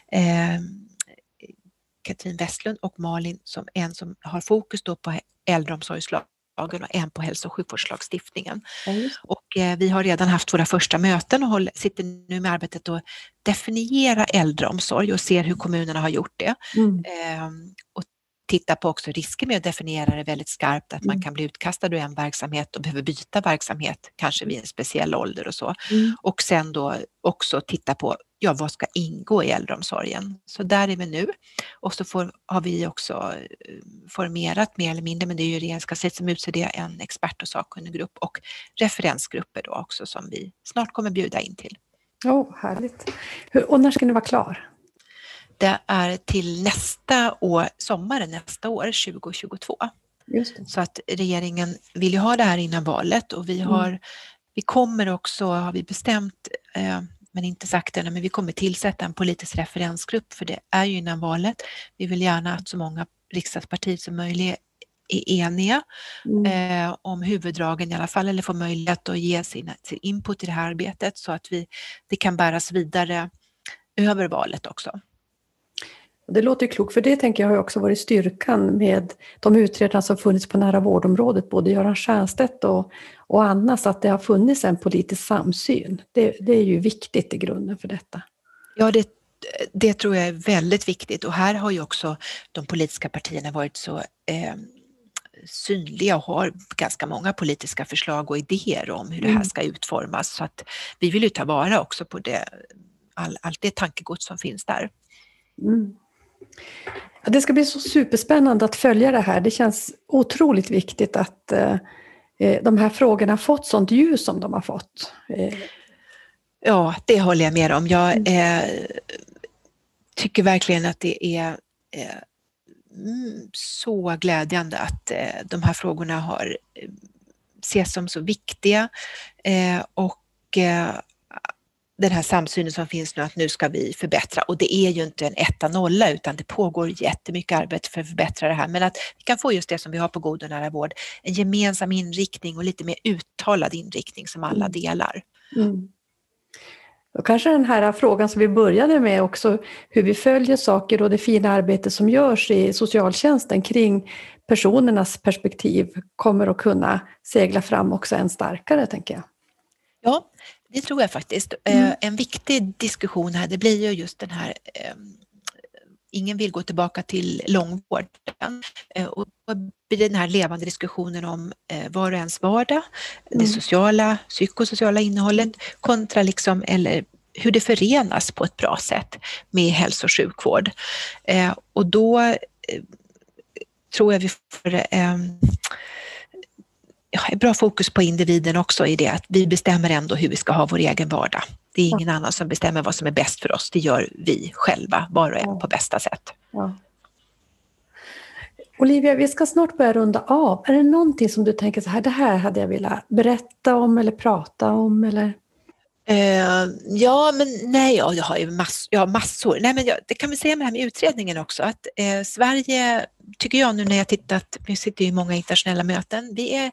Katrin Westlund och Malin, som har fokus då på äldreomsorgslagen och en på hälso- och sjukvårdslagstiftningen. Och vi har redan haft våra första möten och sitter nu med arbetet att definiera äldreomsorg och ser hur kommunerna har gjort det. Och titta på också risker med att definiera det väldigt skarpt, att man kan bli utkastad ur en verksamhet och behöver byta verksamhet, kanske vid en speciell ålder och så. Och sen då också titta på vad ska ingå i äldreomsorgen. Så där är vi nu. Och så har vi också formerat mer eller mindre, men det är ju regeringskansliet som utser det, en expert- och sakkunniggrupp och referensgrupper då också som vi snart kommer bjuda in till. Härligt. Och när ska ni vara klar? Det är till sommaren nästa år, 2022. Just det. Så att regeringen vill ju ha det här innan valet och vi kommer också, har vi bestämt, men inte sagt det, men vi kommer tillsätta en politisk referensgrupp, för det är ju innan valet. Vi vill gärna att så många riksdagspartier som möjligt är eniga om huvuddragen i alla fall, eller får möjlighet att ge sin input i det här arbetet så att det kan bäras vidare över valet också. Det låter klokt, för det tänker jag har också varit styrkan med de utredarna som funnits på nära vårdområdet, både Göran Stiernstedt och Anna, så att det har funnits en politisk samsyn. Det är ju viktigt i grunden för detta. Ja, det tror jag är väldigt viktigt, och här har ju också de politiska partierna varit så synliga och har ganska många politiska förslag och idéer om hur det här ska utformas, så att vi vill ju ta vara också på allt det tankegods som finns där. Ja, det ska bli så superspännande att följa det här. Det känns otroligt viktigt att de här frågorna har fått sånt ljus som de har fått. Ja, det håller jag med om. Jag tycker verkligen att det är så glädjande att de här frågorna ses som så viktiga och den här samsynen som finns nu, att nu ska vi förbättra, och det är ju inte en 1-0 utan det pågår jättemycket arbete för att förbättra det här, men att vi kan få just det som vi har på God och nära vård, en gemensam inriktning och lite mer uttalad inriktning som alla delar. Och kanske den här frågan som vi började med också, hur vi följer saker och det fina arbete som görs i socialtjänsten kring personernas perspektiv kommer att kunna segla fram också än starkare, tänker jag. Ja, det tror jag faktiskt. En viktig diskussion här, det blir ju just den här ingen vill gå tillbaka till långvården. Och den här levande diskussionen om var och ens vardag, det sociala, psykosociala innehållet kontra liksom, eller hur det förenas på ett bra sätt med hälso- och sjukvård. Och då tror jag vi får ett bra fokus på individen också i det att vi bestämmer ändå hur vi ska ha vår egen vardag. Det är ingen annan som bestämmer vad som är bäst för oss. Det gör vi själva, var och en på bästa sätt. Ja. Olivia, vi ska snart börja runda av. Är det någonting som du tänker så här, det här hade jag velat berätta om eller prata om? Eller? Ja, men nej, jag har ju massor. Nej, men det kan vi säga med det här med utredningen också, att Sverige, tycker jag nu när jag tittat, vi sitter ju i många internationella möten, vi är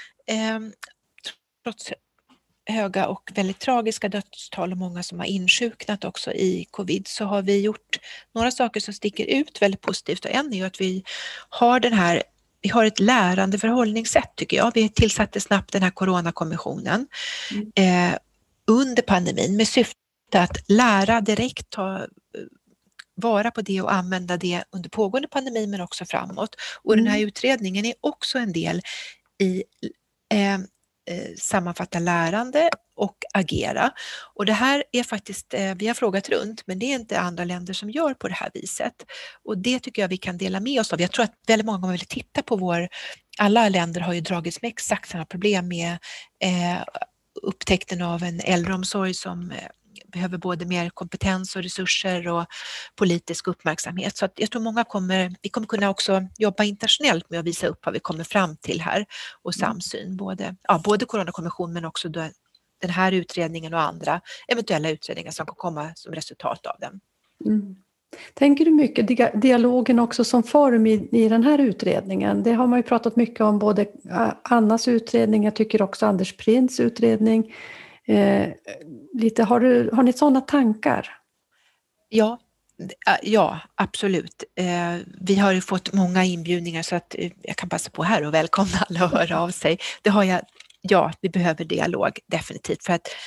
trots höga och väldigt tragiska dödstal och många som har insjuknat också i covid, så har vi gjort några saker som sticker ut väldigt positivt, och en är ju att vi har ett lärande förhållningssätt, tycker jag. Vi tillsatte snabbt den här coronakommissionen under pandemin med syfte att lära direkt, ta vara på det och använda det under pågående pandemi men också framåt. Och den här utredningen är också en del i sammanfatta lärande och agera. Och det här är faktiskt, vi har frågat runt, men det är inte andra länder som gör på det här viset. Och det tycker jag vi kan dela med oss av. Jag tror att väldigt många kommer att titta på alla länder har ju dragits med exakt samma problem med upptäckten av en äldreomsorg som behöver både mer kompetens och resurser och politisk uppmärksamhet. Så att jag tror vi kommer kunna också jobba internationellt med att visa upp vad vi kommer fram till här och samsyn. Både coronakommission men också den här utredningen och andra eventuella utredningar som kan komma som resultat av den. Tänker du mycket dialogen också som form i den här utredningen? Det har man ju pratat mycket om, både Annas utredning, jag tycker också Anders Prints utredning. Har ni sådana tankar? Ja, absolut. Vi har ju fått många inbjudningar, så att jag kan passa på här och välkomna alla att höra av sig. Vi behöver dialog definitivt, för att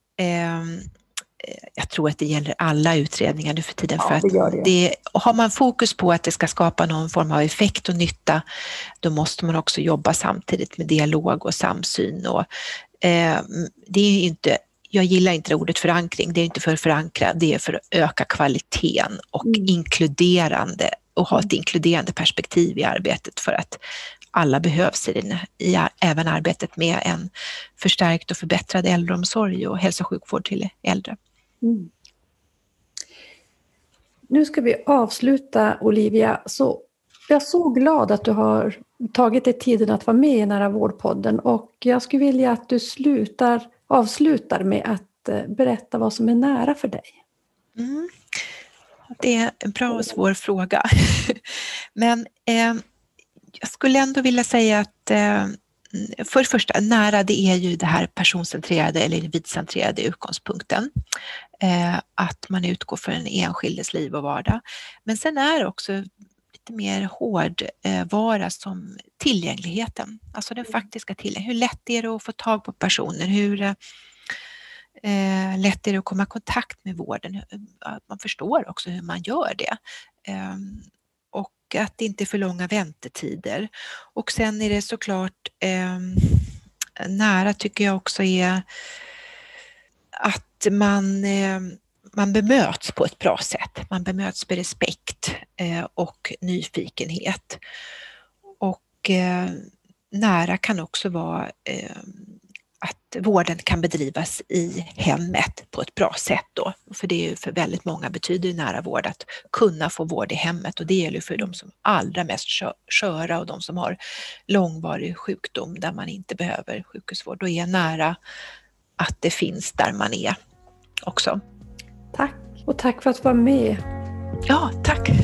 jag tror att det gäller alla utredningar nu för tiden. Ja, för att har man fokus på att det ska skapa någon form av effekt och nytta, då måste man också jobba samtidigt med dialog och samsyn. Och det är inte, jag gillar inte ordet förankring, det är inte för att förankra, det är för att öka kvaliteten och inkluderande och ha ett inkluderande perspektiv i arbetet, för att alla behövs i även arbetet med en förstärkt och förbättrad äldreomsorg och hälso- och sjukvård till äldre. Nu ska vi avsluta, Olivia. Så jag är så glad att du har tagit dig tiden att vara med i Nära vårdpodden, och jag skulle vilja att du avslutar med att berätta vad som är nära för dig. Det är en bra och svår fråga. Men jag skulle ändå vilja säga att för det första, nära, det är ju det här personcentrerade eller individcentrerade utgångspunkten. Att man utgår för en enskildes liv och vardag. Men sen är det också lite mer hårdvara som tillgängligheten. Alltså den faktiska tillgängligheten. Hur lätt är det att få tag på personer? Hur lätt är det att komma i kontakt med vården? Att man förstår också hur man gör det. Och att det inte är för långa väntetider. Och sen är det såklart nära, tycker jag också, är att man bemöts på ett bra sätt. Man bemöts med respekt och nyfikenhet. Och nära kan också vara att vården kan bedrivas i hemmet på ett bra sätt då. För det är ju för väldigt många betyder nära vård att kunna få vård i hemmet, och det gäller för de som allra mest sköra och de som har långvarig sjukdom där man inte behöver sjukhusvård. Då är nära att det finns där man är också. Tack, och tack för att du var med. Ja, tack.